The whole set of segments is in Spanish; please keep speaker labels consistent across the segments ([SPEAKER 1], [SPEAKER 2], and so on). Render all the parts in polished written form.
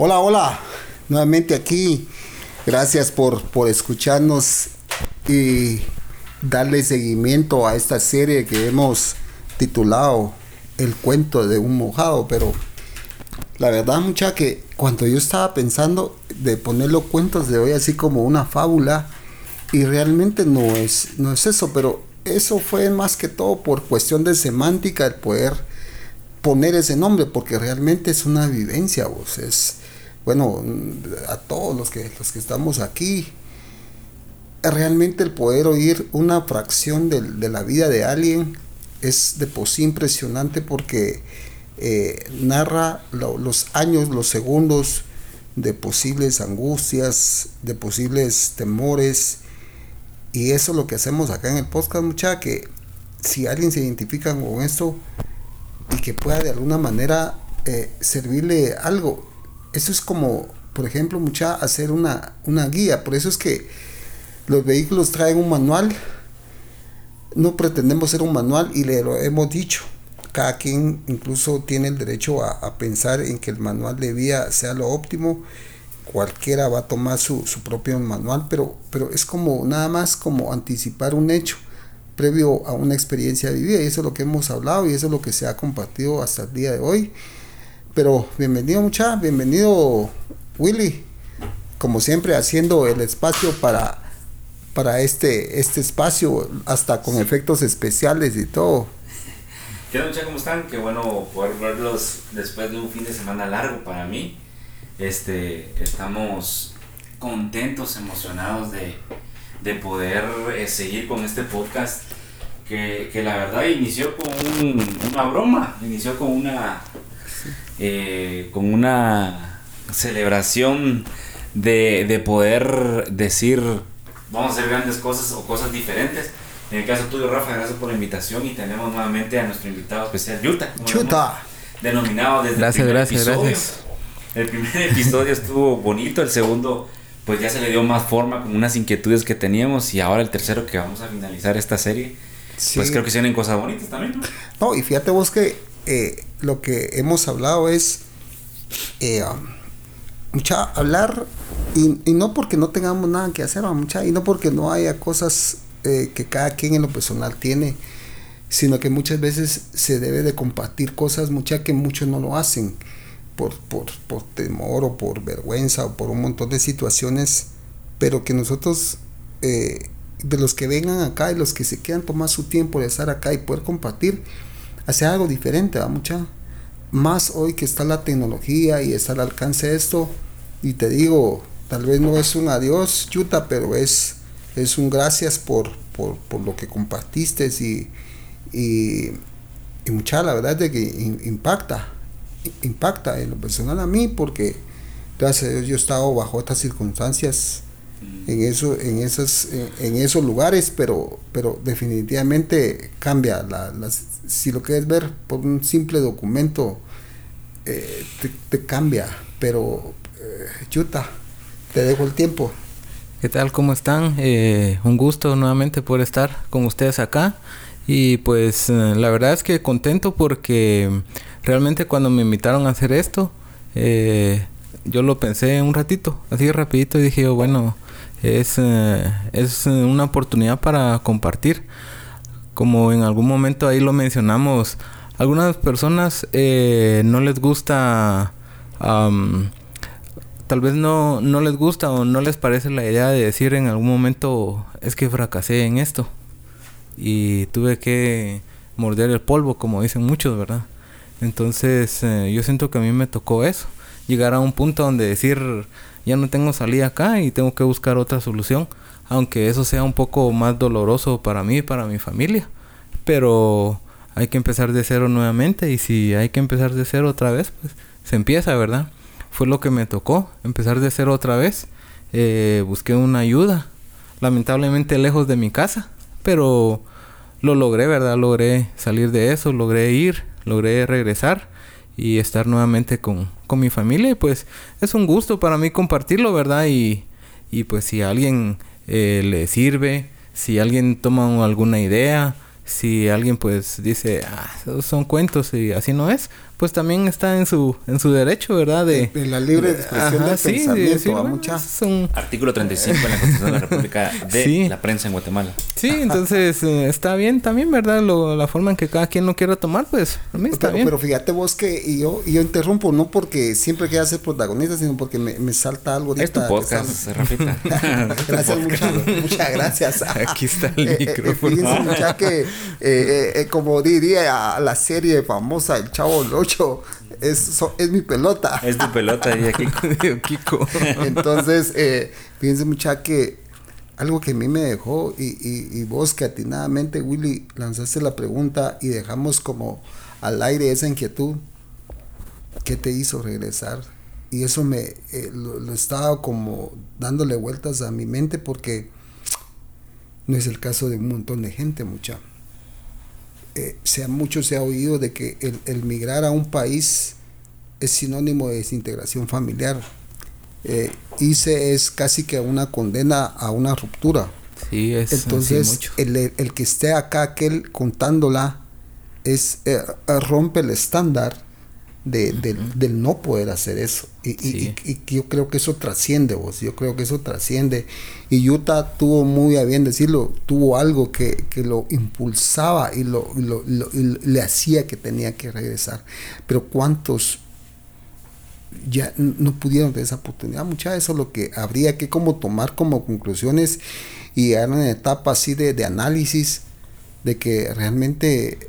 [SPEAKER 1] Hola, hola, nuevamente aquí. Gracias por escucharnos y darle seguimiento a esta serie que hemos titulado El cuento de un mojado. Pero la verdad, mucha, que cuando yo estaba pensando de poner los cuentos de hoy así como una fábula, y realmente no es eso, pero eso fue más que todo por cuestión de semántica el poder poner ese nombre, porque realmente es una vivencia, vos. Bueno, a todos los que estamos aquí, realmente el poder oír una fracción de la vida de alguien es de por sí impresionante, porque narra los años, los segundos de posibles angustias, de posibles temores. Y eso es lo que hacemos acá en el podcast, muchacha, que si alguien se identifica con esto y que pueda de alguna manera servirle algo, eso es como, por ejemplo, mucha, hacer una guía. Por eso es que los vehículos traen un manual. No pretendemos ser un manual, y le lo hemos dicho. Cada quien incluso tiene el derecho a pensar en que el manual de vía sea lo óptimo. Cualquiera va a tomar su propio manual, pero es como nada más como anticipar un hecho previo a una experiencia vivida, y eso es lo que hemos hablado y eso es lo que se ha compartido hasta el día de hoy. Pero bienvenido, muchacha, bienvenido, Willy, como siempre haciendo el espacio para este espacio, hasta con efectos especiales y todo.
[SPEAKER 2] ¿Qué onda, muchachos? ¿Cómo están? Qué bueno poder verlos después de un fin de semana largo para mí. Estamos contentos, emocionados de poder seguir con este podcast que la verdad inició con una broma, inició con una celebración de poder decir vamos a hacer grandes cosas o cosas diferentes. En el caso tuyo, Rafa, gracias por la invitación, y tenemos nuevamente a nuestro invitado especial, Yuta, denominado desde el primer episodio. Gracias. El primer episodio estuvo bonito, el segundo pues ya se le dio más forma con unas inquietudes que teníamos, y ahora el tercero, que vamos a finalizar esta serie, sí. Pues creo que se vienen cosas bonitas también, ¿no?
[SPEAKER 1] No, y fíjate vos que lo que hemos hablado es mucha hablar, y no porque no tengamos nada que hacer, mucha, y no porque no haya cosas que cada quien en lo personal tiene, sino que muchas veces se debe de compartir cosas, mucha, que muchos no lo hacen por temor o por vergüenza o por un montón de situaciones, pero que nosotros de los que vengan acá y los que se quieran tomar su tiempo de estar acá y poder compartir, hacer algo diferente, ¿va, mucha? Más hoy que está la tecnología y está al alcance de esto. Y te digo, tal vez no es un adiós, Yuta, pero es un gracias por lo que compartiste, y mucha, la verdad es que impacta en lo personal a mí, porque gracias a Dios yo he estado bajo estas circunstancias en esos lugares, pero definitivamente cambia si lo quieres ver por un simple documento, te cambia. Pero Yuta, te dejo el tiempo.
[SPEAKER 3] ¿Qué tal? ¿Cómo están? Un gusto nuevamente por estar con ustedes acá. Y pues la verdad es que contento, porque realmente cuando me invitaron a hacer esto, yo lo pensé un ratito, así rapidito, y dije yo, bueno, es una oportunidad para compartir. Como en algún momento ahí lo mencionamos, algunas personas no les gusta, tal vez no les gusta o no les parece la idea de decir en algún momento, es que fracasé en esto y tuve que morder el polvo, como dicen muchos, ¿verdad? Entonces yo siento que a mí me tocó eso, llegar a un punto donde decir, ya no tengo salida acá y tengo que buscar otra solución, aunque eso sea un poco más doloroso para mí y para mi familia, pero hay que empezar de cero nuevamente, y si hay que empezar de cero otra vez, pues se empieza, ¿verdad? Fue lo que me tocó, empezar de cero otra vez. Busqué una ayuda, lamentablemente lejos de mi casa, pero lo logré, ¿verdad? Logré salir de eso, logré regresar y estar nuevamente con mi familia, y pues es un gusto para mí compartirlo, ¿verdad? Y pues si a alguien le sirve, si alguien toma alguna idea, si alguien pues dice, esos son cuentos y así no es, pues también está en su derecho, ¿verdad?
[SPEAKER 1] De la libre expresión del pensamiento,
[SPEAKER 3] bueno,
[SPEAKER 1] mucha.
[SPEAKER 2] Artículo 35 en la Constitución de la República de la prensa en Guatemala.
[SPEAKER 3] Sí, entonces está bien también, ¿verdad? La forma en que cada quien lo quiera tomar, pues a mí está bien.
[SPEAKER 1] Pero fíjate vos que yo interrumpo, no porque siempre quiera ser protagonista, sino porque me salta algo ahorita.
[SPEAKER 2] Es tu podcast, Rafita.
[SPEAKER 1] Gracias, muchas gracias.
[SPEAKER 3] Aquí está el micrófono.
[SPEAKER 1] Fíjense, mucha que, como diría la serie famosa El Chavo del Ocho, es mi pelota.
[SPEAKER 2] Es tu pelota, diría
[SPEAKER 3] Kiko.
[SPEAKER 1] Entonces, fíjense, mucha que algo que a mí me dejó, y vos que atinadamente, Willy, lanzaste la pregunta y dejamos como al aire esa inquietud, ¿qué te hizo regresar? Y eso lo estaba como dándole vueltas a mi mente, porque no es el caso de un montón de gente, mucha. Mucho se ha oído de que el migrar a un país es sinónimo de desintegración familiar. Es casi que una condena a una ruptura.
[SPEAKER 3] Sí,
[SPEAKER 1] entonces
[SPEAKER 3] mucho.
[SPEAKER 1] El que esté acá, aquel contándola, rompe el estándar del no poder hacer eso. Y yo creo que eso trasciende, yo creo que eso trasciende. Y Utah tuvo muy a bien decirlo, tuvo algo que lo impulsaba y le hacía que tenía que regresar. Pero ¿cuántos ya no pudieron tener esa oportunidad? Mucha, eso es lo que habría que como tomar como conclusiones y llegar a una etapa así de análisis de que realmente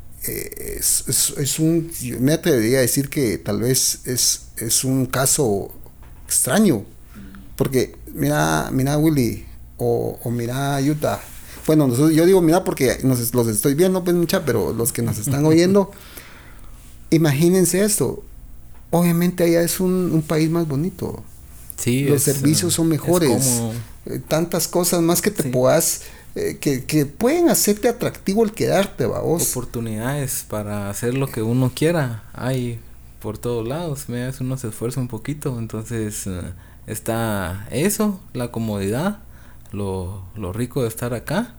[SPEAKER 1] yo me atrevería a decir que tal vez es un caso extraño, porque mira Willy o mira Utah, bueno, yo digo mira porque los estoy viendo, pues mucha, pero los que nos están oyendo, imagínense esto. Obviamente allá es un país más bonito.
[SPEAKER 3] Sí,
[SPEAKER 1] los servicios son mejores. Tantas cosas más que te puedas que pueden hacerte atractivo el quedarte, vos.
[SPEAKER 3] Oportunidades para hacer lo que uno quiera hay por todos lados. Uno se esfuerza un poquito, entonces está eso, la comodidad, lo rico de estar acá,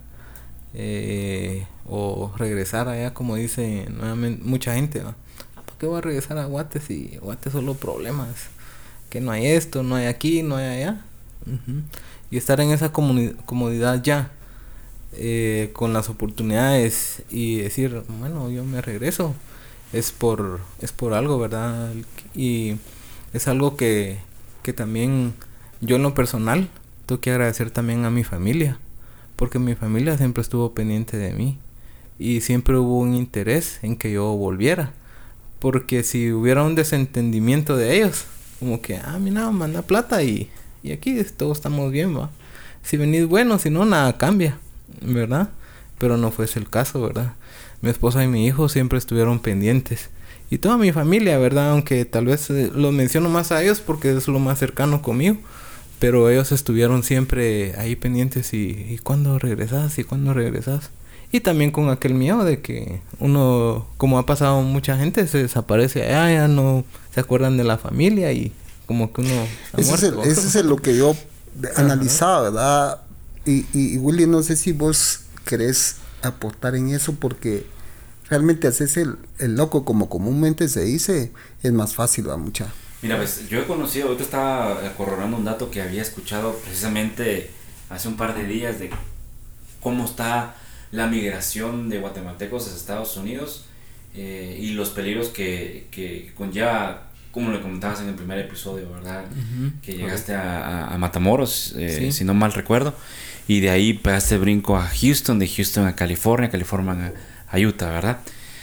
[SPEAKER 3] o regresar allá, como dice nuevamente mucha gente, ¿va? ¿Para qué voy a regresar a Guates si Guates solo problemas? Que no hay esto, no hay aquí, no hay allá. Y estar en esa comodidad ya, con las oportunidades, y decir, bueno, yo me regreso, es por algo, ¿verdad? Y es algo que también yo en lo personal tengo que agradecer también a mi familia, porque mi familia siempre estuvo pendiente de mí y siempre hubo un interés en que yo volviera, porque si hubiera un desentendimiento de ellos, como que, mira, manda plata y aquí todos estamos bien, va. Si venís bueno, si no, nada cambia, ¿verdad? Pero no fue ese el caso, ¿verdad? Mi esposa y mi hijo siempre estuvieron pendientes. Y toda mi familia, ¿verdad? Aunque tal vez lo menciono más a ellos porque es lo más cercano conmigo. Pero ellos estuvieron siempre ahí pendientes. ¿Y cuándo regresas? ¿Y cuándo regresas? Y también con aquel miedo de que uno, como ha pasado mucha gente, se desaparece allá, ya no se acuerdan de la familia y como que uno...
[SPEAKER 1] Ese es lo que yo analizaba, ¿verdad? Y Willy, no sé si vos querés aportar en eso, porque realmente haces el loco, como comúnmente se dice, es más fácil, va, mucha.
[SPEAKER 2] Mira, pues yo he conocido, ahorita estaba corroborando un dato que había escuchado precisamente hace un par de días de cómo está la migración de guatemaltecos a Estados Unidos, y los peligros que conlleva, como le comentabas en el primer episodio, ¿verdad? Que llegaste a Matamoros,
[SPEAKER 3] sí,
[SPEAKER 2] si no mal recuerdo, y de ahí pegaste brinco a Houston, de Houston a California a Utah, ¿verdad?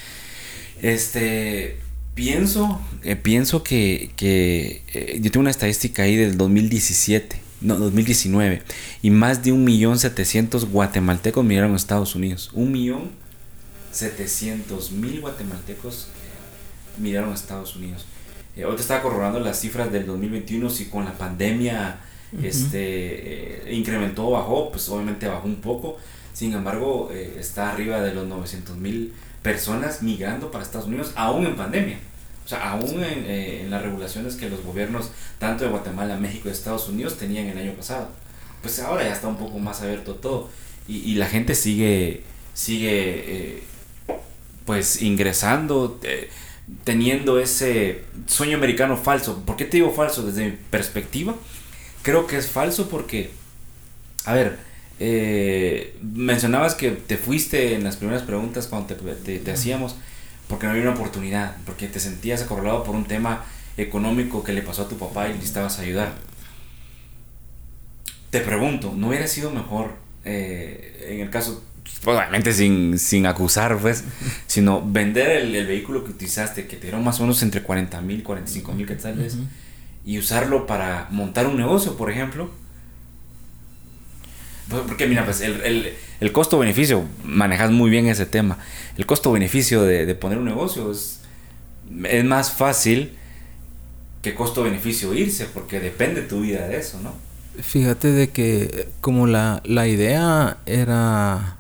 [SPEAKER 2] Pienso que yo tengo una estadística ahí del 2019, y más de 1.700.000 guatemaltecos migraron a Estados Unidos. 1.700.000 guatemaltecos migraron a Estados Unidos. Ahorita estaba corroborando las cifras del 2021, si con la pandemia incrementó o bajó, pues obviamente bajó un poco. Sin embargo, está arriba de los 900.000 personas migrando para Estados Unidos, aún en pandemia. O sea, aún en las regulaciones que los gobiernos, tanto de Guatemala, México y Estados Unidos, tenían el año pasado. Pues ahora ya está un poco más abierto todo. Y la gente sigue pues ingresando. teniendo ese sueño americano falso. ¿Por qué te digo falso? Desde mi perspectiva, creo que es falso porque, a ver, mencionabas que te fuiste en las primeras preguntas cuando te hacíamos porque no había una oportunidad, porque te sentías acorralado por un tema económico que le pasó a tu papá y necesitabas ayudar. Te pregunto, ¿no hubiera sido mejor, en el caso, obviamente sin acusar, pues, sino vender el vehículo que utilizaste, que te dieron más o menos entre 40,000, 45,000 quetzales, y usarlo para montar un negocio, por ejemplo? Porque mira, pues el costo-beneficio, manejas muy bien ese tema. El costo-beneficio de poner un negocio es más fácil que costo-beneficio irse, porque depende tu vida de eso, ¿no?
[SPEAKER 3] Fíjate de que como la idea era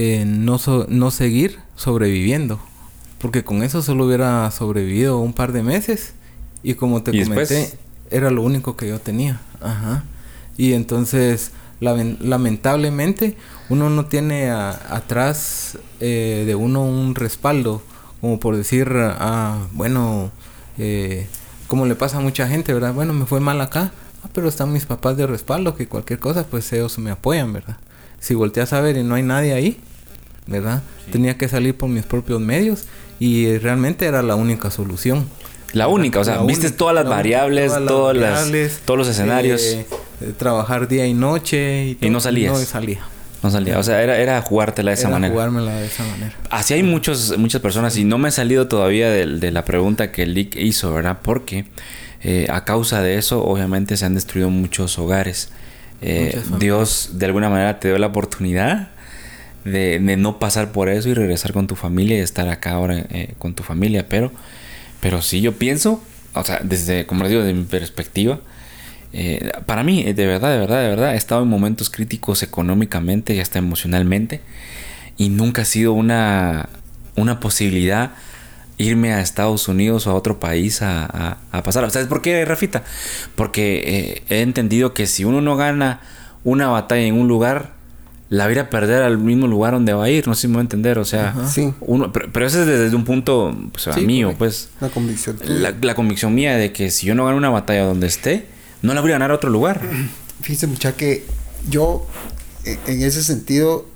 [SPEAKER 3] no seguir sobreviviendo, porque con eso solo hubiera sobrevivido un par de meses y como te comenté, después era lo único que yo tenía. Ajá. Y entonces lamentablemente uno no tiene atrás de uno un respaldo, como por decir, bueno, como le pasa a mucha gente, ¿verdad? Bueno, me fue mal acá, pero están mis papás de respaldo, que cualquier cosa, pues ellos me apoyan, ¿verdad? Si volteas a ver y no hay nadie ahí, ¿verdad? Sí. Tenía que salir por mis propios medios y realmente era la única solución.
[SPEAKER 2] La única, o sea, viste todas las variables, todos los escenarios.
[SPEAKER 3] Trabajar día y noche.
[SPEAKER 2] Y no salías.
[SPEAKER 3] No salía.
[SPEAKER 2] No salía, o sea, era jugártela de esa manera.
[SPEAKER 3] Jugármela de esa manera.
[SPEAKER 2] Así hay muchas personas, y no me he salido todavía de la pregunta que Lick hizo, ¿verdad? Porque a causa de eso, obviamente, se han destruido muchos hogares. Dios, de alguna manera, te dio la oportunidad de no pasar por eso y regresar con tu familia y estar acá ahora con tu familia. Pero sí, yo pienso, o sea, como les digo, desde mi perspectiva, para mí, de verdad, he estado en momentos críticos económicamente y hasta emocionalmente, y nunca ha sido una posibilidad irme a Estados Unidos o a otro país a pasar. ¿Sabes por qué, Rafita? Porque he entendido que si uno no gana una batalla en un lugar, la va a ir a perder al mismo lugar donde va a ir. No sé si me voy a entender. O sea,
[SPEAKER 1] sí.
[SPEAKER 2] Pero eso es desde un punto, pues, sí, mío, pues.
[SPEAKER 1] La convicción.
[SPEAKER 2] La convicción mía de que si yo no gano una batalla donde esté, no la voy a ganar a otro lugar.
[SPEAKER 1] Fíjense, muchacha, que yo, en ese sentido,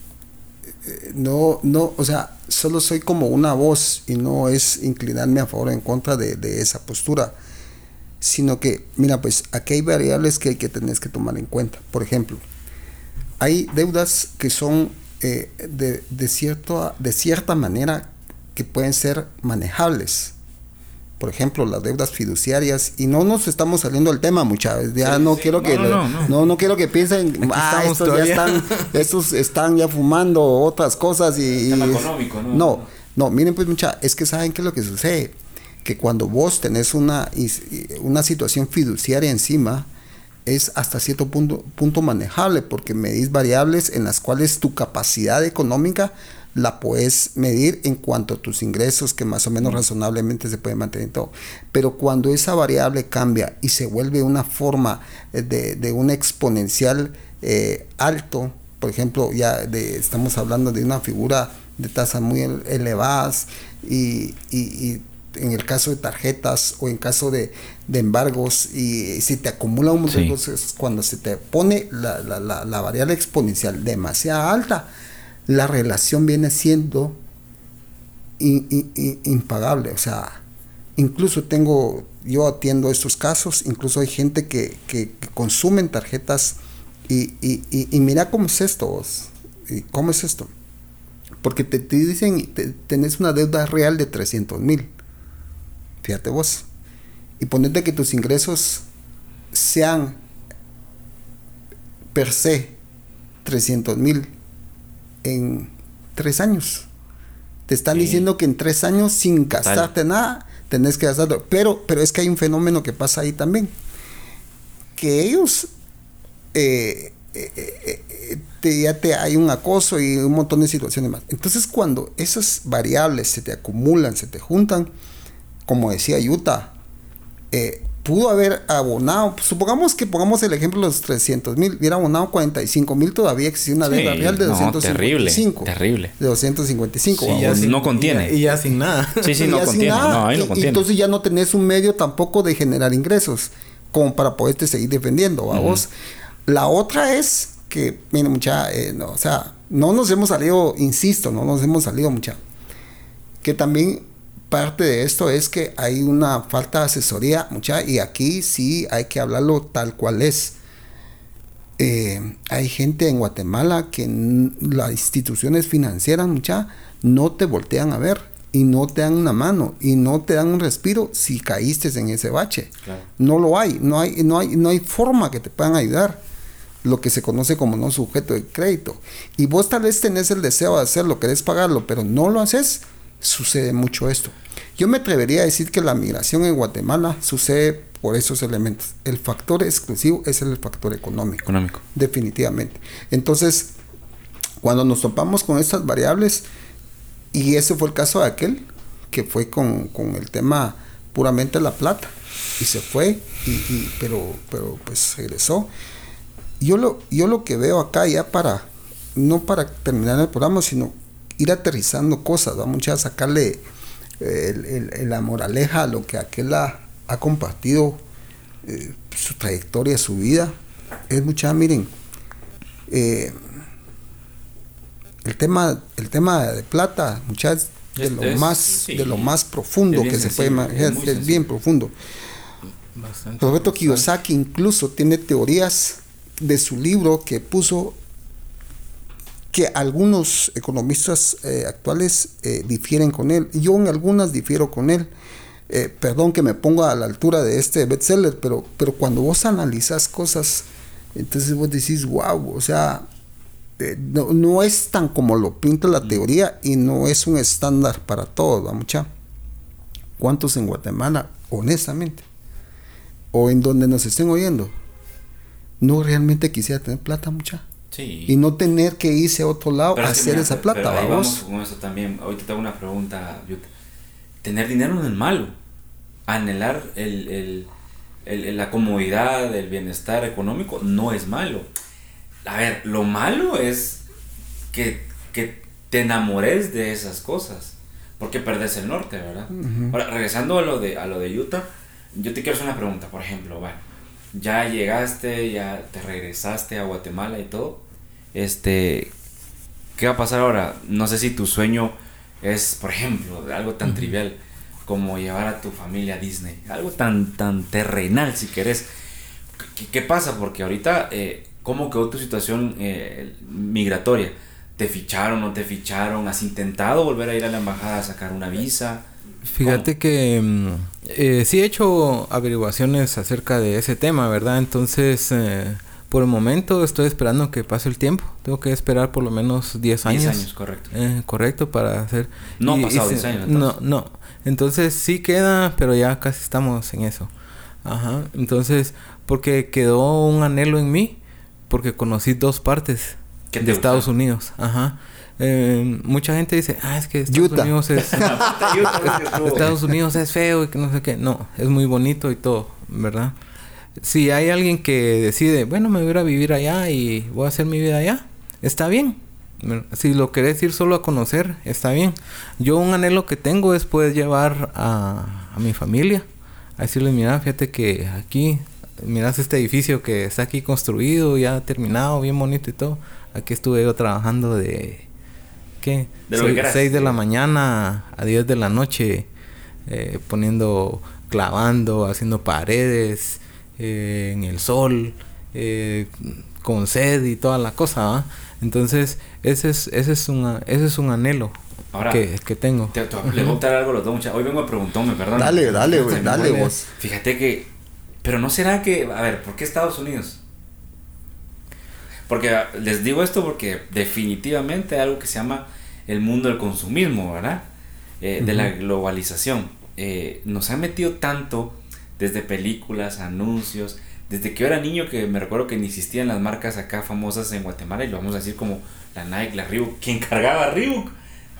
[SPEAKER 1] no, o sea, solo soy como una voz y no es inclinarme a favor o en contra de esa postura, sino que, mira, pues aquí hay variables que tenés que tomar en cuenta. Por ejemplo, hay deudas que son de cierta manera que pueden ser manejables. Por ejemplo, las deudas fiduciarias, y no nos estamos saliendo del tema, muchachos. Ya sí, no quiero que no quiero que piensen, estos están ya fumando otras cosas y
[SPEAKER 2] tema económico,
[SPEAKER 1] no, miren pues, muchachos, es que saben qué es lo que sucede, que cuando vos tenés una situación fiduciaria encima, es hasta cierto punto manejable, porque medís variables en las cuales tu capacidad económica la puedes medir en cuanto a tus ingresos, que más o menos razonablemente se pueden mantener todo. Pero cuando esa variable cambia y se vuelve una forma de un exponencial alto, por ejemplo, estamos hablando de una figura de tasas muy elevadas y en el caso de tarjetas o en caso de embargos, y si te acumula un montón de cosas, cuando se te pone la variable exponencial demasiado alta, la relación viene siendo impagable. O sea, incluso yo atiendo estos casos, incluso hay gente que consumen tarjetas y mira cómo es esto, ¿cómo es esto? Porque te dicen, tenés una deuda real de 300,000, fíjate vos, y ponete que tus ingresos sean per se 300,000 en 3 años. Te están diciendo que en 3 años, sin gastarte nada, tenés que gastarlo. Pero es que hay un fenómeno que pasa ahí también, que ellos hay un acoso y un montón de situaciones más. Entonces, cuando esas variables se te acumulan, se te juntan, como decía Utah, pudo haber abonado, supongamos que pongamos el ejemplo de los 300,000, hubiera abonado 45,000, todavía existía una deuda real de 255.
[SPEAKER 2] Terrible.
[SPEAKER 1] De 255.
[SPEAKER 2] Sí, no contiene.
[SPEAKER 3] Y ya sin nada.
[SPEAKER 2] Sí, no contiene. No, ahí no contiene.
[SPEAKER 1] Y entonces ya no tenés un medio tampoco de generar ingresos, como para poderte seguir defendiendo, vos. La otra es que, mira, no, o sea, no nos hemos salido, insisto, no nos hemos salido mucha. Que también parte de esto es que hay una falta de asesoría, y aquí sí hay que hablarlo tal cual es. Hay gente en Guatemala que las instituciones financieras, no te voltean a ver y no te dan una mano y no te dan un respiro si caíste en ese bache. Claro. No lo hay, no hay forma que te puedan ayudar. Lo que se conoce como no sujeto de crédito. Y vos tal vez tenés el deseo de hacerlo, querés pagarlo, pero no lo haces. Sucede mucho esto. Yo me atrevería a decir que la migración en Guatemala sucede por esos elementos. El factor exclusivo es el factor económico. Definitivamente. Entonces, cuando nos topamos con estas variables, y ese fue el caso de aquel, que fue con el tema puramente la plata, y se fue, pero pues regresó. Yo lo que veo acá ya no para terminar el programa, sino ir aterrizando cosas, vamos a sacarle la moraleja a lo que aquel ha compartido, su trayectoria, su vida. Es miren, el tema de plata, de lo más profundo que se puede imaginar, es bien profundo. Bastante. Roberto Kiyosaki incluso tiene teorías de su libro que puso que algunos economistas actuales difieren con él. Yo en algunas difiero con él. Perdón que me ponga a la altura de este bestseller, pero cuando vos analizas cosas, entonces vos decís, wow, o sea, no es tan como lo pinta la teoría y no es un estándar para todos, ¿va, mucha? ¿Cuántos en Guatemala, honestamente, o en donde nos estén oyendo, no realmente quisiera tener plata, mucha?
[SPEAKER 2] Sí.
[SPEAKER 1] Y no tener que irse a otro lado a hacer esa plata,
[SPEAKER 2] pero ahí vamos con eso también. Ahorita te hago una pregunta, Yuta. Tener dinero no es malo. Anhelar la comodidad, el bienestar económico no es malo. A ver, lo malo es que te enamores de esas cosas, porque perdés el norte, ¿verdad? Ahora, regresando a lo de Utah, yo te quiero hacer una pregunta. Por ejemplo, bueno, ya llegaste, ya te regresaste a Guatemala y todo, ¿qué va a pasar ahora? No sé si tu sueño es, por ejemplo, algo tan trivial como llevar a tu familia a Disney, algo tan terrenal, si querés. ¿Qué pasa? Porque ahorita, ¿cómo quedó tu situación migratoria? ¿Te ficharon, no te ficharon? ¿Has intentado volver a ir a la embajada a sacar una visa?
[SPEAKER 3] Fíjate que sí he hecho averiguaciones acerca de ese tema, ¿verdad? Entonces, por el momento estoy esperando que pase el tiempo. Tengo que esperar por lo menos 10 años.
[SPEAKER 2] 10 años, correcto.
[SPEAKER 3] Correcto, para hacer...
[SPEAKER 2] No han pasado 10 años, entonces.
[SPEAKER 3] No. Entonces sí queda, pero ya casi estamos en eso. Ajá. Entonces, porque quedó un anhelo en mí, porque conocí dos partes de Estados Unidos. Ajá. Mucha gente dice, es que Estados Unidos es feo y que no sé qué. No, es muy bonito y todo, ¿verdad? Si hay alguien que decide, bueno, me voy a ir a vivir allá y voy a hacer mi vida allá, está bien. Si lo querés ir solo a conocer, está bien. Yo un anhelo que tengo es poder llevar a mi familia, a decirles, mira, fíjate que aquí, miras este edificio que está aquí construido, ya terminado, bien bonito y todo. Aquí estuve yo trabajando de 6 de la mañana a 10 de la noche, clavando, haciendo paredes, en el sol, con sed y toda la cosa, ¿va? Entonces, ese es un anhelo. Ahora, que tengo.
[SPEAKER 2] Te voy a preguntar algo los dos, muchachos. Hoy vengo a preguntarme, perdón.
[SPEAKER 1] Dale, güey, dale vos.
[SPEAKER 2] Fíjate que, pero no será que, a ver, ¿por qué Estados Unidos? Porque les digo esto porque definitivamente hay algo que se llama el mundo del consumismo, ¿verdad? De la globalización. Nos han metido tanto desde películas, anuncios, desde que yo era niño, que me recuerdo que ni existían las marcas acá famosas en Guatemala, y lo vamos a decir como la Nike, la Reebok, quien cargaba Reebok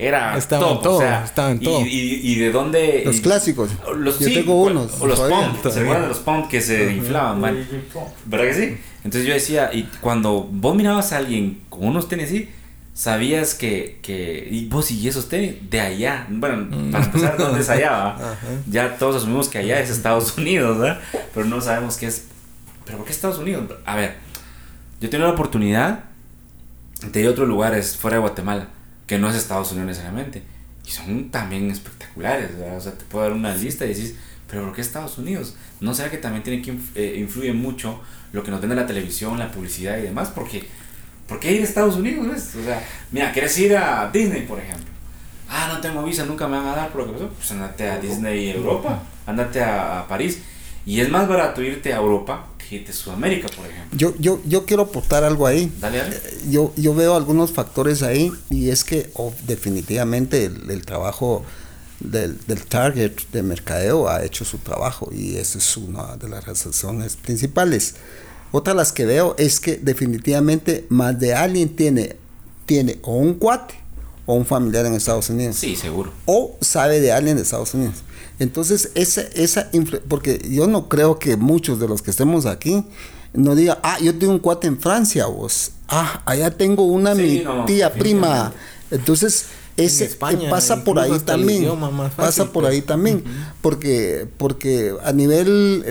[SPEAKER 2] era
[SPEAKER 3] estaba
[SPEAKER 2] top,
[SPEAKER 3] en todo,
[SPEAKER 2] o sea,
[SPEAKER 3] estaba en todo.
[SPEAKER 2] Y de dónde...
[SPEAKER 1] Los clásicos.
[SPEAKER 2] Yo
[SPEAKER 1] tengo unos.
[SPEAKER 2] O los
[SPEAKER 1] todavía.
[SPEAKER 2] pump, ¿se acuerdan de los pump que se inflaban, man? ¿Verdad que sí? Entonces yo decía, y cuando vos mirabas a alguien con unos tenis así, sabías que y vos y esos tenis de allá, bueno, para empezar, ¿dónde es allá? ¿Va? Ya todos asumimos que allá es Estados Unidos, ¿verdad? Pero no sabemos qué es. ¿Pero por qué Estados Unidos? A ver, yo tengo la oportunidad de ir a otros lugares fuera de Guatemala, que no es Estados Unidos necesariamente, y son también espectaculares, ¿verdad? O sea, te puedo dar una lista y decís, ¿pero por qué Estados Unidos? ¿No será que también tiene que influye mucho lo que nos vende la televisión, la publicidad y demás? Porque ¿por qué ir a Estados Unidos? ¿Ves? O sea, mira, ¿quieres ir a Disney, por ejemplo? Ah, no tengo visa, nunca me van a dar por lo que pasó. Pues andate a Disney Europa, andate a París. Y es más barato irte a Europa que irte a Sudamérica, por ejemplo.
[SPEAKER 1] Yo quiero aportar algo ahí.
[SPEAKER 2] Dale.
[SPEAKER 1] Yo veo algunos factores ahí, y es que definitivamente el trabajo del target de mercadeo ha hecho su trabajo, y esa es una de las razones principales. Otra de las que veo es que definitivamente más de alguien tiene o un cuate o un familiar en Estados Unidos.
[SPEAKER 2] Sí, seguro.
[SPEAKER 1] O sabe de alguien de Estados Unidos. Entonces, porque yo no creo que muchos de los que estemos aquí no digan, yo tengo un cuate en Francia, vos. Allá tengo una tía prima. Entonces, España, pasa por ahí también. Pasa por ahí también. Porque a nivel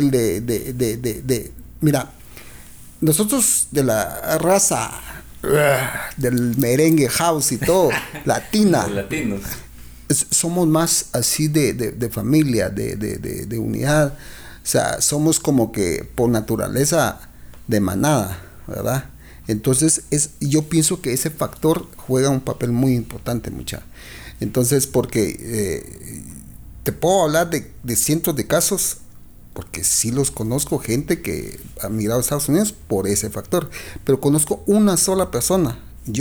[SPEAKER 1] mira, nosotros de la raza del merengue house y todo, latina,
[SPEAKER 2] los latinos,
[SPEAKER 1] somos más así de familia, de unidad. O sea, somos como que por naturaleza de manada, ¿verdad? Entonces, yo pienso que ese factor juega un papel muy importante, mucha. Entonces, porque te puedo hablar de cientos de casos, porque sí los conozco, gente que ha migrado a Estados Unidos por ese factor, pero conozco una sola persona,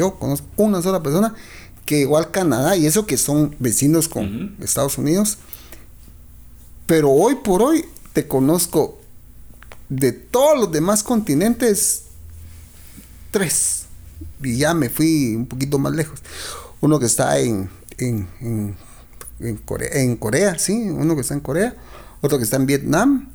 [SPEAKER 1] que igual Canadá, y eso que son vecinos con Estados Unidos, pero hoy por hoy te conozco de todos los demás continentes 3, y ya me fui un poquito más lejos. Uno que está en Corea, sí, uno que está en Corea, otro que está en Vietnam,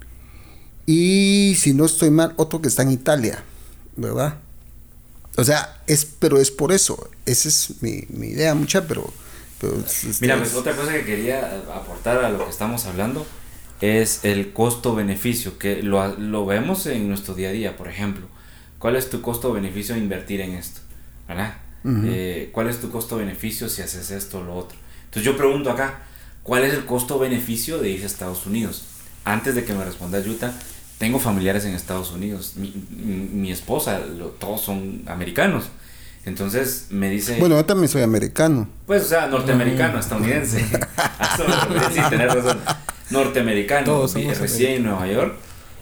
[SPEAKER 1] y si no estoy mal, otro que está en Italia, ¿verdad? O sea, pero es por eso. Esa es mi idea, mucha, pero
[SPEAKER 2] mira, pues otra cosa que quería aportar a lo que estamos hablando es el costo-beneficio, que lo vemos en nuestro día a día. Por ejemplo, ¿cuál es tu costo-beneficio de invertir en esto? ¿Verdad? ¿Cuál es tu costo-beneficio si haces esto o lo otro? Entonces yo pregunto acá, ¿cuál es el costo-beneficio de irse a Estados Unidos? Antes de que me responda Yuta, tengo familiares en Estados Unidos. Mi esposa, todos son americanos. Entonces me dice...
[SPEAKER 1] Bueno, yo también soy americano.
[SPEAKER 2] Pues, o sea, norteamericano, estadounidense. Sí, tenés razón. Norteamericano, recién en Nueva York.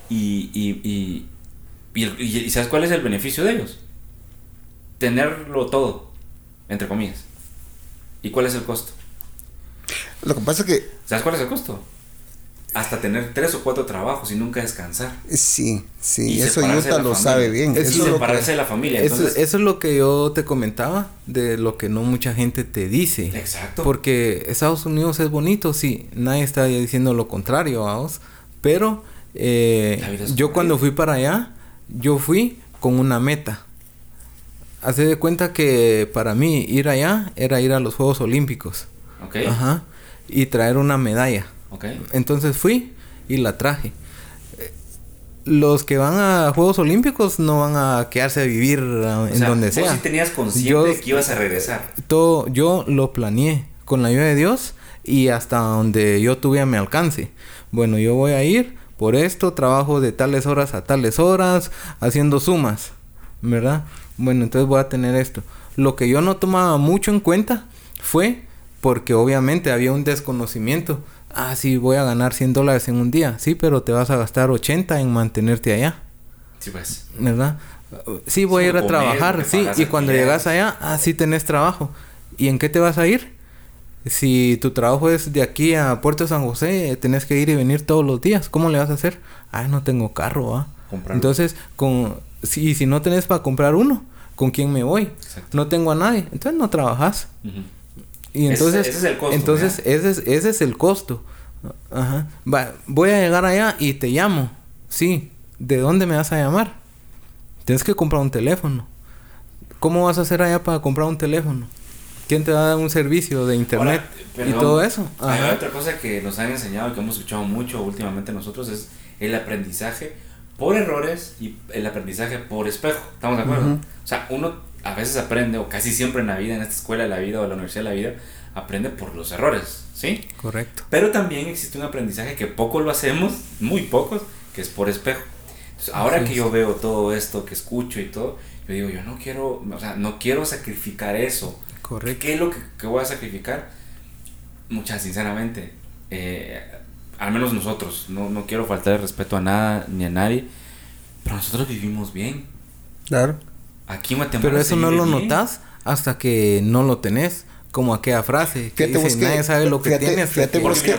[SPEAKER 2] Y ¿sabes cuál es el beneficio de ellos? Tenerlo todo, entre comillas. ¿Y cuál es el costo?
[SPEAKER 1] Lo que pasa es que...
[SPEAKER 2] ¿Sabes cuál es el costo? Hasta tener 3 o 4 trabajos y nunca descansar.
[SPEAKER 1] Sí, y eso Yuta lo sabe bien.
[SPEAKER 2] Eso es separarse de la familia.
[SPEAKER 3] Entonces, eso es lo que yo te comentaba, de lo que no mucha gente te dice.
[SPEAKER 2] Exacto.
[SPEAKER 3] Porque Estados Unidos es bonito, sí, nadie está diciendo lo contrario, vamos. Pero yo cuando fui para allá, yo fui con una meta. Hacé de cuenta que para mí ir allá era ir a los Juegos Olímpicos.
[SPEAKER 2] Okay.
[SPEAKER 3] Ajá. Y traer una medalla.
[SPEAKER 2] Okay.
[SPEAKER 3] Entonces fui y la traje. Los que van a Juegos Olímpicos no van a quedarse a vivir en donde sea.
[SPEAKER 2] Vos sí tenías consciente que ibas a regresar.
[SPEAKER 3] Yo lo planeé con la ayuda de Dios y hasta donde yo tuve a mi alcance. Bueno, yo voy a ir por esto, trabajo de tales horas a tales horas, haciendo sumas, ¿verdad? Bueno, entonces voy a tener esto. Lo que yo no tomaba mucho en cuenta fue porque obviamente había un desconocimiento. Sí, voy a ganar $100 en un día. Sí, pero te vas a gastar 80 en mantenerte allá.
[SPEAKER 2] Sí, pues.
[SPEAKER 3] ¿Verdad? Sí, voy a ir a trabajar. Sí, y cuando llegas allá, sí tenés trabajo. ¿Y en qué te vas a ir? Si tu trabajo es de aquí a Puerto San José, tenés que ir y venir todos los días. ¿Cómo le vas a hacer? No tengo carro, Entonces, si no tenés para comprar uno, ¿con quién me voy?
[SPEAKER 2] Exacto.
[SPEAKER 3] No tengo a nadie. Entonces no trabajas. Y entonces,
[SPEAKER 2] ese es el costo.
[SPEAKER 3] entonces ese es el costo. Ajá. Voy a llegar allá y te llamo. Sí. ¿De dónde me vas a llamar? Tienes que comprar un teléfono. ¿Cómo vas a hacer allá para comprar un teléfono? ¿Quién te va a dar un servicio de internet?
[SPEAKER 2] Ahora,
[SPEAKER 3] y todo eso?
[SPEAKER 2] Hay otra cosa que nos han enseñado y que hemos escuchado mucho últimamente nosotros es el aprendizaje por errores y el aprendizaje por espejo. ¿Estamos de acuerdo? O sea, uno a veces aprende, o casi siempre en la vida, en esta escuela de la vida o en la universidad de la vida, aprende por los errores, ¿sí?
[SPEAKER 3] Correcto.
[SPEAKER 2] Pero también existe un aprendizaje que poco lo hacemos, muy pocos, que es por espejo. Entonces, ahora que yo veo todo esto, que escucho y todo, yo digo, yo no quiero, o sea, no quiero sacrificar eso.
[SPEAKER 3] Correcto.
[SPEAKER 2] ¿Qué es lo que voy a sacrificar? Muchas, sinceramente, al menos nosotros, no quiero faltar el respeto a nada ni a nadie, pero nosotros vivimos bien.
[SPEAKER 1] Claro.
[SPEAKER 2] Aquí en Guatemala.
[SPEAKER 3] Pero eso no lo notas hasta que no lo tenés. Como aquella frase que dice, nadie sabe lo que tienes.
[SPEAKER 1] Fíjate vos que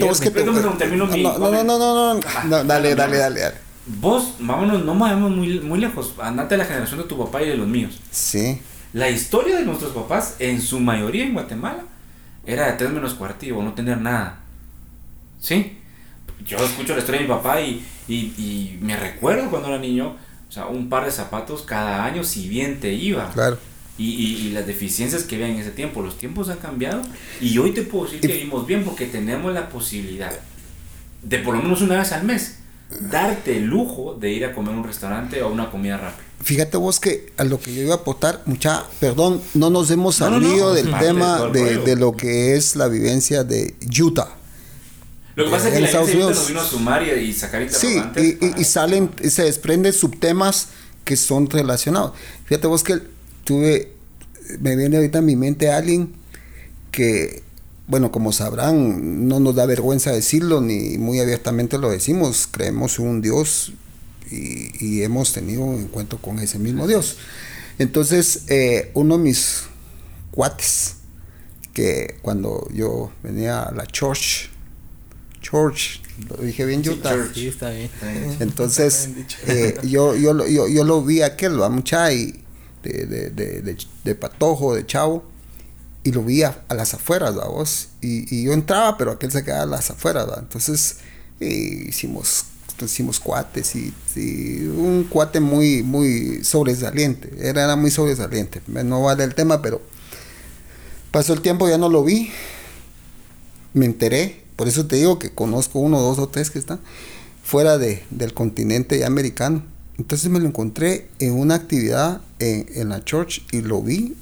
[SPEAKER 1] no, dale.
[SPEAKER 2] Vos, vámonos, no vayamos muy lejos. Andate a la generación de tu papá y de los míos.
[SPEAKER 1] Sí.
[SPEAKER 2] La historia de nuestros papás, en su mayoría en Guatemala, era de 3 menos cuartillo o no tener nada. ¿Sí? Yo escucho la historia de mi papá y me recuerdo cuando era niño, o sea, un par de zapatos cada año, si bien te iba.
[SPEAKER 1] Claro.
[SPEAKER 2] Y las deficiencias que había en ese tiempo. Los tiempos han cambiado y hoy te puedo decir que vivimos bien porque tenemos la posibilidad de por lo menos una vez al mes darte el lujo de ir a comer a un restaurante o a una comida rápida.
[SPEAKER 1] Fíjate vos que a lo que yo iba a aportar, perdón, no nos hemos salido del tema de lo que es la vivencia de Utah.
[SPEAKER 2] Lo que pasa es que la gente nos vino a sumar y sacar interrogantes.
[SPEAKER 1] Sí, y salen, se desprenden subtemas que son relacionados. Fíjate vos que me viene ahorita a mi mente alguien que, bueno, como sabrán, no nos da vergüenza decirlo, ni muy abiertamente lo decimos, creemos en un Dios y hemos tenido un encuentro con ese mismo Dios. Entonces, uno de mis cuates, que cuando yo venía a la church, lo dije bien, Utah.
[SPEAKER 3] Sí, está bien.
[SPEAKER 1] Entonces, yo lo vi aquel, va mucha y de patojo, de chavo, y lo vi a las afueras, ¿va vos? Y yo entraba, pero aquel se quedaba a las afueras, ¿va? Entonces hicimos cuates y un cuate muy sobresaliente, era muy sobresaliente, no vale el tema, pero pasó el tiempo, ya no lo vi, me enteré, por eso te digo que conozco 1, 2 o 3 que están fuera del continente americano. Entonces me lo encontré en una actividad en la church y lo vi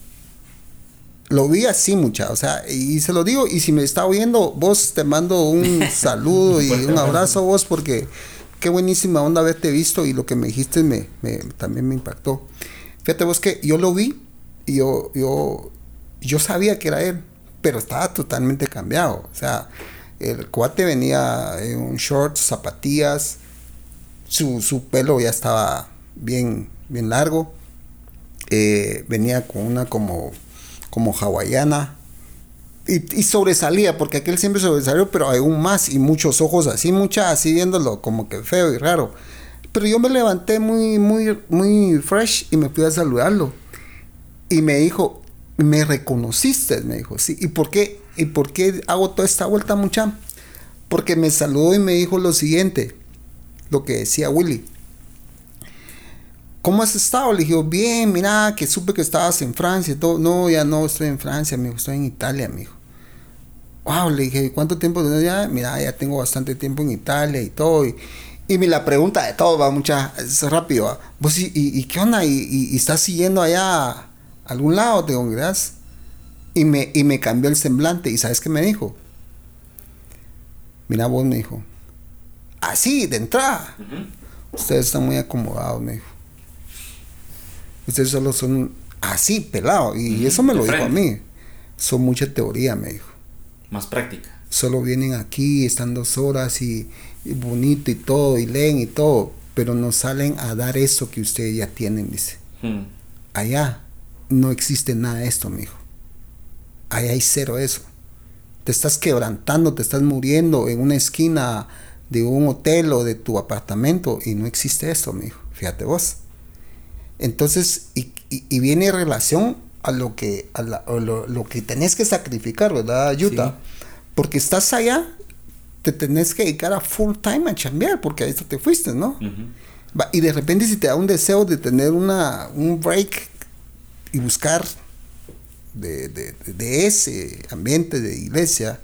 [SPEAKER 1] así, mucha, o sea, y se lo digo, y si me está oyendo, vos te mando un saludo y un abrazo vos, porque qué buenísima onda haberte visto y lo que me dijiste también me impactó. Fíjate vos que yo lo vi y yo sabía que era él, pero estaba totalmente cambiado, o sea, el cuate venía en un short, zapatillas, su pelo ya estaba bien largo, venía con una como hawaiana y sobresalía, porque aquel siempre sobresalió, pero aún más, y muchos ojos así viéndolo como que feo y raro, pero yo me levanté muy fresh y me fui a saludarlo y me dijo, ¿me reconociste? Me dijo, sí. ¿Y por qué hago toda esta vuelta, mucha? Porque me saludó y me dijo lo siguiente, lo que decía Willy. ¿Cómo has estado? Le dije, bien, mira, que supe que estabas en Francia y todo. No, ya no estoy en Francia, amigo, estoy en Italia, amigo. Wow, le dije, ¿cuánto tiempo tenés ya? Mira, ya tengo bastante tiempo en Italia y todo. Y la pregunta de todo, va, mucha, es rápido, va. ¿Vos y qué onda? ¿Y estás siguiendo allá a algún lado? ¿Te congregas? Y me cambió el semblante. ¿Y sabes qué me dijo? Mira, vos, me dijo, así, de entrada. Ustedes están muy acomodados, me dijo. Ustedes solo son así, pelados. Y eso me lo dijo a mí. Son mucha teoría, me dijo.
[SPEAKER 2] Más práctica.
[SPEAKER 1] Solo vienen aquí, están 2 horas y bonito y todo, y leen y todo. Pero no salen a dar eso que ustedes ya tienen, dice. Allá no existe nada de esto, me dijo. Allá hay cero eso. Te estás quebrantando, te estás muriendo en una esquina de un hotel o de tu apartamento y no existe esto, me dijo. Fíjate vos. Entonces, y viene en relación a lo que lo que tenés que sacrificar, ¿verdad, Yuta? Sí. Porque estás allá, te tenés que dedicar a full time a chambear, porque a esto te fuiste, ¿no? Y de repente si te da un deseo de tener un break y buscar de ese ambiente de iglesia,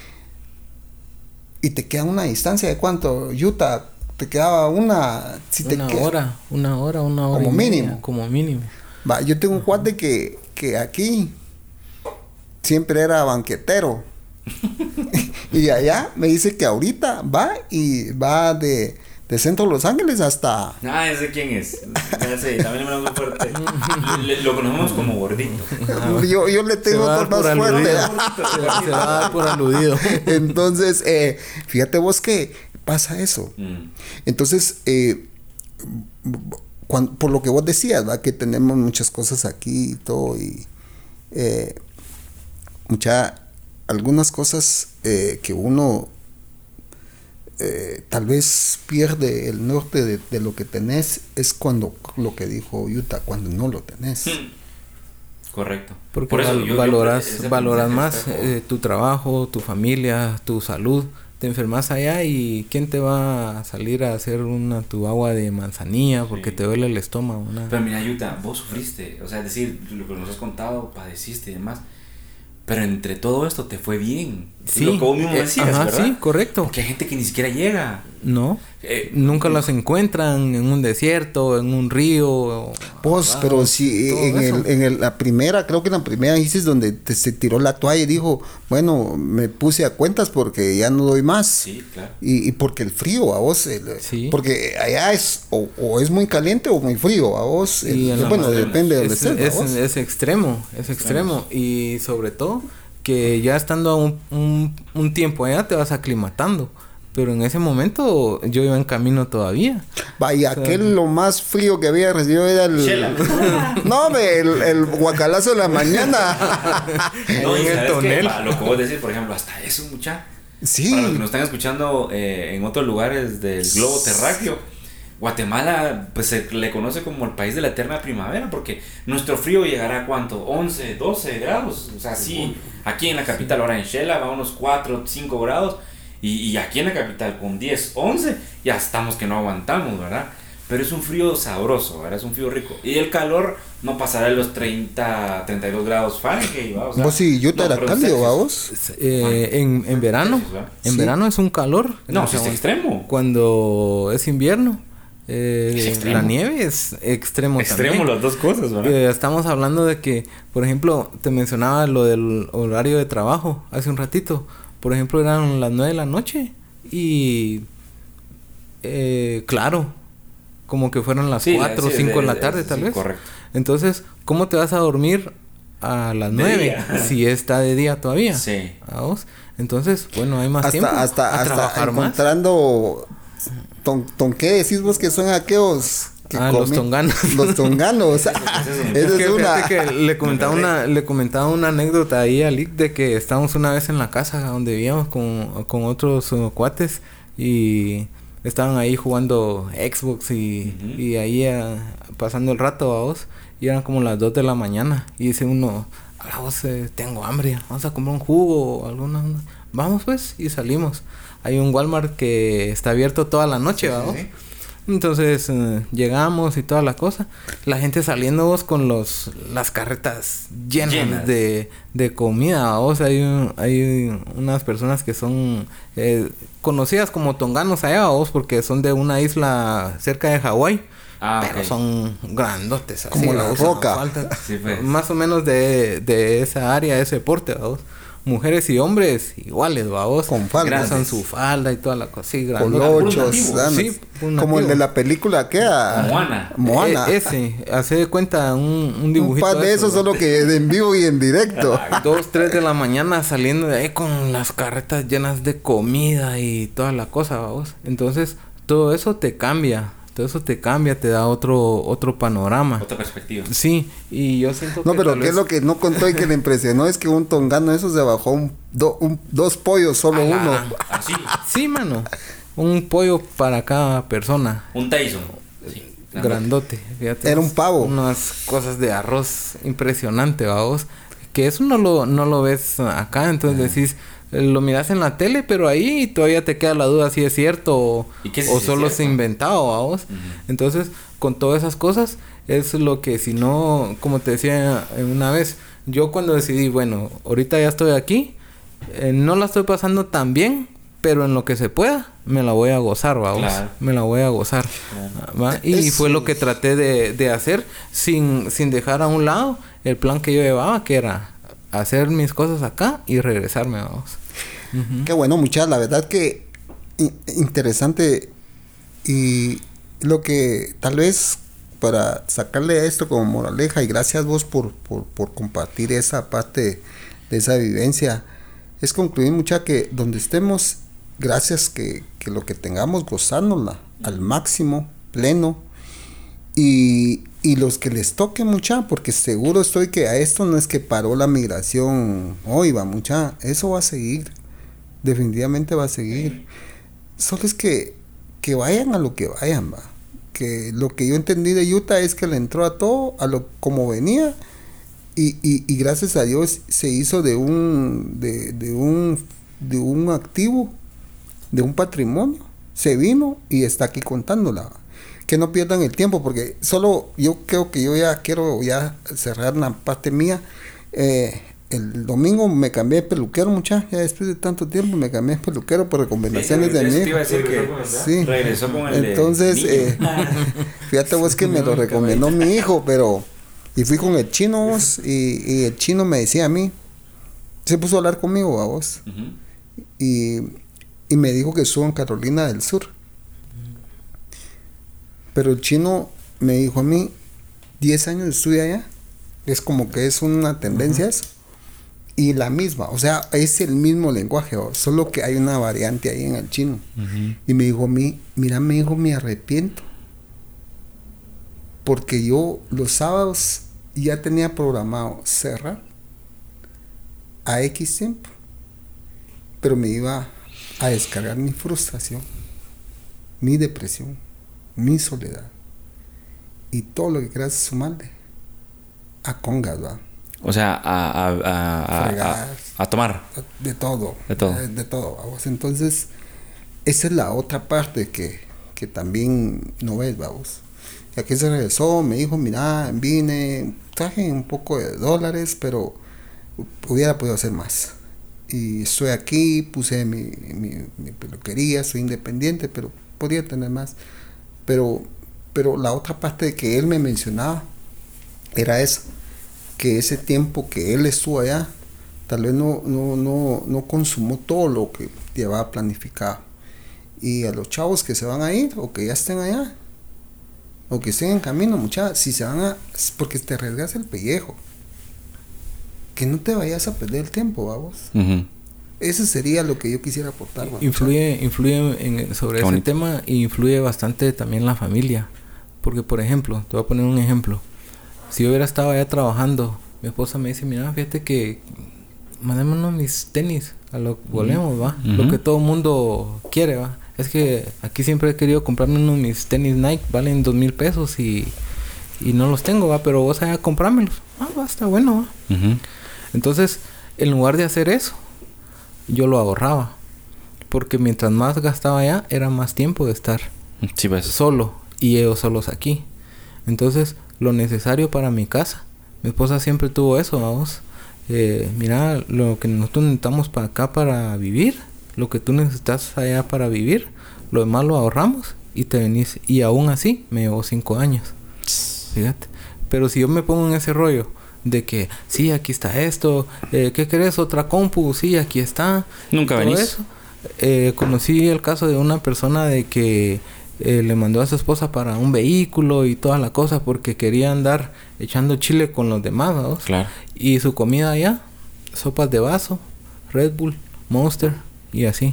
[SPEAKER 1] y te queda una distancia de cuánto, Yuta, te quedaba una
[SPEAKER 3] hora
[SPEAKER 1] como mínimo.
[SPEAKER 3] Como mínimo.
[SPEAKER 1] Yo tengo un cuate que aquí siempre era banquetero. Y allá me dice que ahorita va de Centro Los Ángeles hasta...
[SPEAKER 2] Ese quién es. Ya sé, también me lo muy fuerte. Lo conocemos como gordito.
[SPEAKER 1] Yo le tengo otro más fuerte.
[SPEAKER 3] Se va a dar por aludido.
[SPEAKER 1] Entonces, fíjate vos que pasa eso. Entonces, por lo que vos decías, ¿va? Que tenemos muchas cosas aquí y todo, y algunas cosas que uno tal vez pierde el norte de lo que tenés, es cuando lo que dijo Yuta, cuando no lo tenés.
[SPEAKER 2] Correcto.
[SPEAKER 3] Porque por eso valoras más tu trabajo, tu familia, tu salud. Te enfermas allá y ¿quién te va a salir a hacer tu agua de manzanilla porque te duele el estómago?
[SPEAKER 2] Pero mira, Yuta, vos sufriste, o sea, es decir, lo que nos has contado, padeciste y demás. Pero entre todo esto te fue bien.
[SPEAKER 3] Sí.
[SPEAKER 2] Lo que vos mismo decías, ¿verdad?
[SPEAKER 3] Sí, correcto.
[SPEAKER 2] Porque hay gente que ni siquiera llega.
[SPEAKER 3] No. Nunca las encuentran en un desierto, en un río.
[SPEAKER 1] Pues, pero si la primera, creo que en la primera dices donde se tiró la toalla y dijo, bueno, me puse a cuentas porque ya no doy más.
[SPEAKER 2] Sí, claro.
[SPEAKER 1] Y porque el frío a vos,
[SPEAKER 3] sí.
[SPEAKER 1] Porque allá es o es muy caliente o muy frío a vos. Bueno, depende de donde estés.
[SPEAKER 3] Es extremo. Y sobre todo que ya estando un tiempo allá te vas aclimatando. Pero en ese momento yo iba en camino todavía.
[SPEAKER 1] Vaya, lo más frío que había recibido era el guacalazo de la mañana.
[SPEAKER 2] No, y el tonel. Lo que vos decís, por ejemplo, hasta eso, mucha.
[SPEAKER 1] Sí.
[SPEAKER 2] Para los que nos están escuchando en otros lugares del globo terráqueo, Guatemala pues se le conoce como el país de la eterna primavera, porque nuestro frío llegará a ¿cuánto? 11, 12 grados. O sea, sí, aquí en la capital, ahora en Xela, va a unos 4, 5 grados. Y aquí en la capital con 10, 11 ya estamos que no aguantamos, ¿verdad? Pero es un frío sabroso, ¿verdad? Es un frío rico. Y el calor no pasará de los 30, 32 grados Fahrenheit, ¿va? O sea,
[SPEAKER 1] vos sí, yo te era cálido, ¿vamos?
[SPEAKER 3] En verano, verano es un calor.
[SPEAKER 2] No, sí es extremo.
[SPEAKER 3] Cuando es invierno, la nieve es extremo también.
[SPEAKER 2] Extremo las dos cosas, ¿verdad?
[SPEAKER 3] Estamos hablando de que, por ejemplo, te mencionaba lo del horario de trabajo hace un ratito. Por ejemplo, eran las 9 de la noche y claro, como que fueron las 4 o 5 de la tarde tal vez.
[SPEAKER 2] Correcto.
[SPEAKER 3] Entonces, ¿cómo te vas a dormir a las 9 si está de día todavía?
[SPEAKER 2] Sí.
[SPEAKER 3] ¿Vamos? Entonces, bueno, hay más tiempo
[SPEAKER 1] hasta encontrando ¿qué decís vos que son aquellos?
[SPEAKER 3] Los tonganos.
[SPEAKER 1] Los tonganos.
[SPEAKER 3] Que le comentaba una anécdota ahí a Lick de que estábamos una vez en la casa donde vivíamos con otros cuates y estaban ahí jugando Xbox y ahí pasando el rato a vos, y eran como las 2 de la mañana y dice uno, ahora vos tengo hambre, vamos a comer un jugo o alguna. Vamos pues, y salimos. Hay un Walmart que está abierto toda la noche, ¿vamos? Sí. Entonces llegamos y toda la cosa, la gente saliendo vos con las carretas llenas de comida, vos. Hay unas personas que son conocidas como tonganos allá, vos, porque son de una isla cerca de Hawái. Pero son grandotes, así,
[SPEAKER 1] como la Roca.
[SPEAKER 2] Sí, pues.
[SPEAKER 3] Más o menos de esa área, de ese porte, vos. Mujeres y hombres iguales, vos.
[SPEAKER 1] Con falda.
[SPEAKER 3] Usan su falda y toda la cosa. Sí,
[SPEAKER 1] colochos. Sí, como el de la película que
[SPEAKER 2] Moana.
[SPEAKER 3] Ese, hace de cuenta un dibujito.
[SPEAKER 1] Un par de esos, solo que en vivo y en directo.
[SPEAKER 3] 2, 3 de la mañana saliendo de ahí con las carretas llenas de comida y toda la cosa, vos. Entonces, todo eso te cambia. Te da otro panorama.
[SPEAKER 2] Otra perspectiva.
[SPEAKER 3] Sí, y yo siento que...
[SPEAKER 1] No, pero ¿qué es lo que no contó y que le impresionó? Es que un tongano eso se bajó dos pollos, solo uno.
[SPEAKER 2] Así.
[SPEAKER 3] Sí, mano. Un pollo para cada persona.
[SPEAKER 2] Un Tyson. Sí.
[SPEAKER 3] grandote. Fíjate,
[SPEAKER 1] Era un pavo.
[SPEAKER 3] Unas cosas de arroz impresionante, vamos. Que eso no lo ves acá, entonces decís, lo miras en la tele, pero ahí todavía te queda la duda si es cierto o solo se inventado, vamos. Entonces, con todas esas cosas, es lo que si no, como te decía una vez, yo cuando decidí, bueno, ahorita ya estoy aquí, no la estoy pasando tan bien, pero en lo que se pueda, me la voy a gozar, vamos. Claro. Me la voy a gozar. Claro. ¿Va? Y fue lo que traté de hacer sin dejar a un lado el plan que yo llevaba, que era hacer mis cosas acá y regresarme, vamos.
[SPEAKER 1] Qué bueno, muchachos. La verdad que interesante. Y lo que tal vez para sacarle a esto como moraleja, y gracias vos por compartir esa parte de esa vivencia, es concluir, mucha, que donde estemos, gracias que lo que tengamos, gozárnosla al máximo, pleno, y los que les toque, mucha, porque seguro estoy que a esto no es que paró la migración hoy, va, mucha, eso va a seguir, definitivamente va a seguir. Solo es que vayan a lo que vayan, va, que lo que yo entendí de Utah es que le entró a todo, a lo como venía, y gracias a Dios se hizo de un activo, de un patrimonio, se vino y está aquí contándola. Que no pierdan el tiempo, porque solo yo creo que yo ya quiero cerrar una parte mía. El domingo me cambié de peluquero, muchacha, ya después de tanto tiempo me cambié de peluquero por recomendaciones de mi hijo.
[SPEAKER 2] Sí. Regresó con el
[SPEAKER 1] entonces, fíjate vos que me lo recomendó mi hijo, y fui con el chino vos, y el chino me decía a mí, se puso a hablar conmigo a vos, y me dijo que estuvo en Carolina del Sur. Pero el chino me dijo a mí, 10 años estuve allá, es como que es una tendencia eso, y la misma, o sea, es el mismo lenguaje, solo que hay una variante ahí en el chino. Y me dijo a mí, mira, me dijo, me arrepiento, porque yo los sábados ya tenía programado cerrar a X tiempo, pero me iba a descargar mi frustración, mi depresión, mi soledad y todo lo que quieras sumarle a congas, ¿va?
[SPEAKER 2] O sea, a tomar
[SPEAKER 1] de todo, vamos. Entonces esa es la otra parte que también no ves, vamos. Y aquí se regresó, me dijo, mira, vine, traje un poco de dólares, pero hubiera podido hacer más. Y estoy aquí, puse mi peluquería, soy independiente, pero podría tener más. Pero la otra parte que él me mencionaba era esa, que ese tiempo que él estuvo allá, tal vez no consumó todo lo que llevaba planificado. Y a los chavos que se van a ir, o que ya estén allá, o que estén en camino, muchachos, si se van porque te arriesgas el pellejo, que no te vayas a perder el tiempo, vamos. Eso sería lo que yo quisiera aportar.
[SPEAKER 3] Influye sobre ese tema, y influye bastante también la familia. Porque, por ejemplo, te voy a poner un ejemplo. Si yo hubiera estado allá trabajando, mi esposa me dice, mira, fíjate que mandémonos mis tenis, a lo que volvemos, ¿va? Lo que todo el mundo quiere, ¿va? Es que aquí siempre he querido comprarme unos mis tenis Nike, valen 2,000 pesos y no los tengo, ¿va? Pero vos allá comprármelos. Va, está bueno, ¿va? Entonces, en lugar de hacer eso, yo lo ahorraba, porque mientras más gastaba allá, era más tiempo de estar solo, y ellos solos aquí. Entonces, lo necesario para mi casa, mi esposa siempre tuvo eso, vamos, mira, lo que nosotros necesitamos para acá para vivir, lo que tú necesitas allá para vivir, lo demás lo ahorramos y te venís. Y aún así me llevó 5 años, fíjate. Pero si yo me pongo en ese rollo de que sí, aquí está esto, ¿qué querés? Otra compu, sí, aquí está.
[SPEAKER 2] Nunca venís.
[SPEAKER 3] Eso. Conocí el caso de una persona de que le mandó a su esposa para un vehículo y toda la cosa, porque quería andar echando chile con los demás, ¿no?
[SPEAKER 2] Claro.
[SPEAKER 3] Y su comida allá, sopas de vaso, Red Bull, Monster y así.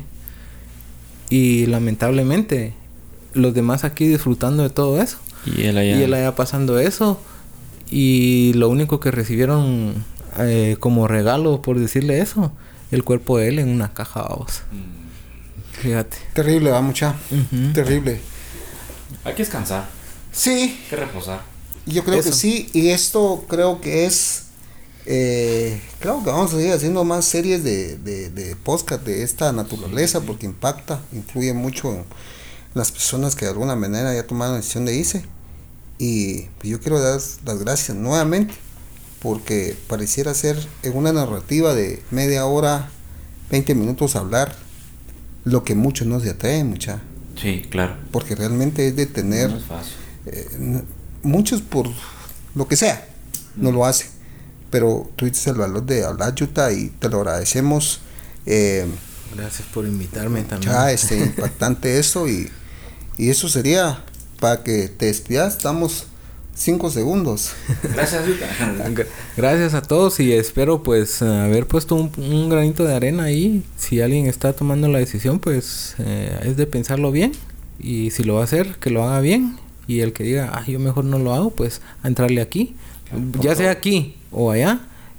[SPEAKER 3] Y lamentablemente los demás aquí disfrutando de todo eso. Y él allá pasando eso. Y lo único que recibieron como regalo, por decirle eso, el cuerpo de él en una caja, vamos. Fíjate.
[SPEAKER 1] Terrible, va, mucha. Terrible.
[SPEAKER 2] Hay que descansar.
[SPEAKER 1] Sí.
[SPEAKER 2] Hay que reposar.
[SPEAKER 1] Yo creo que sí, y esto creo que es, creo que vamos a seguir haciendo más series de podcast de esta naturaleza, porque influye mucho en las personas que de alguna manera ya tomaron la decisión de irse. Y pues yo quiero dar las gracias nuevamente, porque pareciera ser en una narrativa de media hora, 20 minutos hablar lo que muchos no se atreven, mucha.
[SPEAKER 2] Sí, claro.
[SPEAKER 1] Porque realmente es de tener...
[SPEAKER 2] No es fácil.
[SPEAKER 1] Muchos por lo que sea no lo hacen, pero tuviste el valor de hablar, Yuta, y te lo agradecemos.
[SPEAKER 3] Gracias por invitarme también.
[SPEAKER 1] Ya impactante eso, y eso sería para que te despidas. Estamos 5 segundos.
[SPEAKER 2] Gracias, Yuta.
[SPEAKER 3] Gracias a todos, y espero pues haber puesto un granito de arena ahí. Si alguien está tomando la decisión, pues es de pensarlo bien, y si lo va a hacer, que lo haga bien. Y el que diga, yo mejor no lo hago, pues a entrarle aquí, ya sea aquí o allá.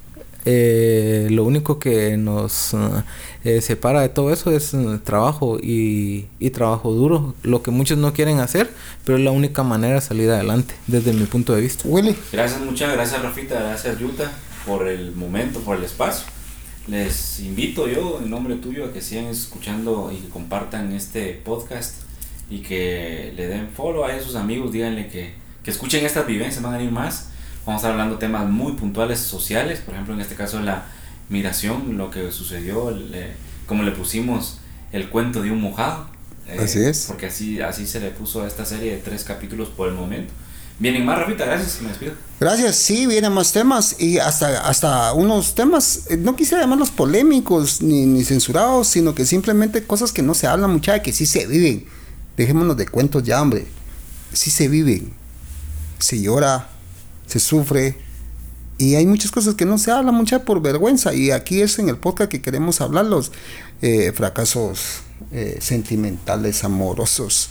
[SPEAKER 3] Lo único que nos separa de todo eso es trabajo y trabajo duro, lo que muchos no quieren hacer, pero es la única manera de salir adelante desde mi punto de vista.
[SPEAKER 1] Willy.
[SPEAKER 2] Gracias, muchas gracias, Rafita, gracias, Yuta, por el momento, por el espacio. Les invito yo, en nombre tuyo, a que sigan escuchando y que compartan este podcast, y que le den follow a sus amigos. Díganle que escuchen estas vivencias, van a ir más. Vamos a estar hablando temas muy puntuales sociales, por ejemplo en este caso la migración, lo que sucedió, como le pusimos el cuento de un mojado,
[SPEAKER 1] así es,
[SPEAKER 2] porque así se le puso a esta serie de 3 capítulos por el momento. Vienen más, Rafita, gracias, me despido.
[SPEAKER 1] Gracias, sí, vienen más temas, y hasta unos temas, no quisiera llamarlos polémicos ni censurados, sino que simplemente cosas que no se hablan mucha, que sí se viven. Dejémonos de cuentos ya, hombre. Sí se viven, se llora, se sufre, y hay muchas cosas que no se hablan mucha por vergüenza, y aquí es en el podcast que queremos hablarlos. Fracasos sentimentales, amorosos,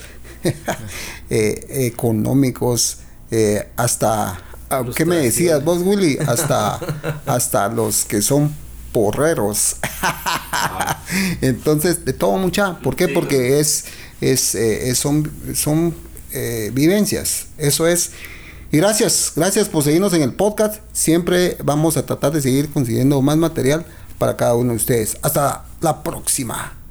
[SPEAKER 1] económicos, hasta, ¿qué me decías vos, Willy? Hasta los que son porreros. Entonces, de todo mucha. ¿Por qué? Porque son vivencias. Eso es. Y gracias por seguirnos en el podcast. Siempre vamos a tratar de seguir consiguiendo más material para cada uno de ustedes. Hasta la próxima.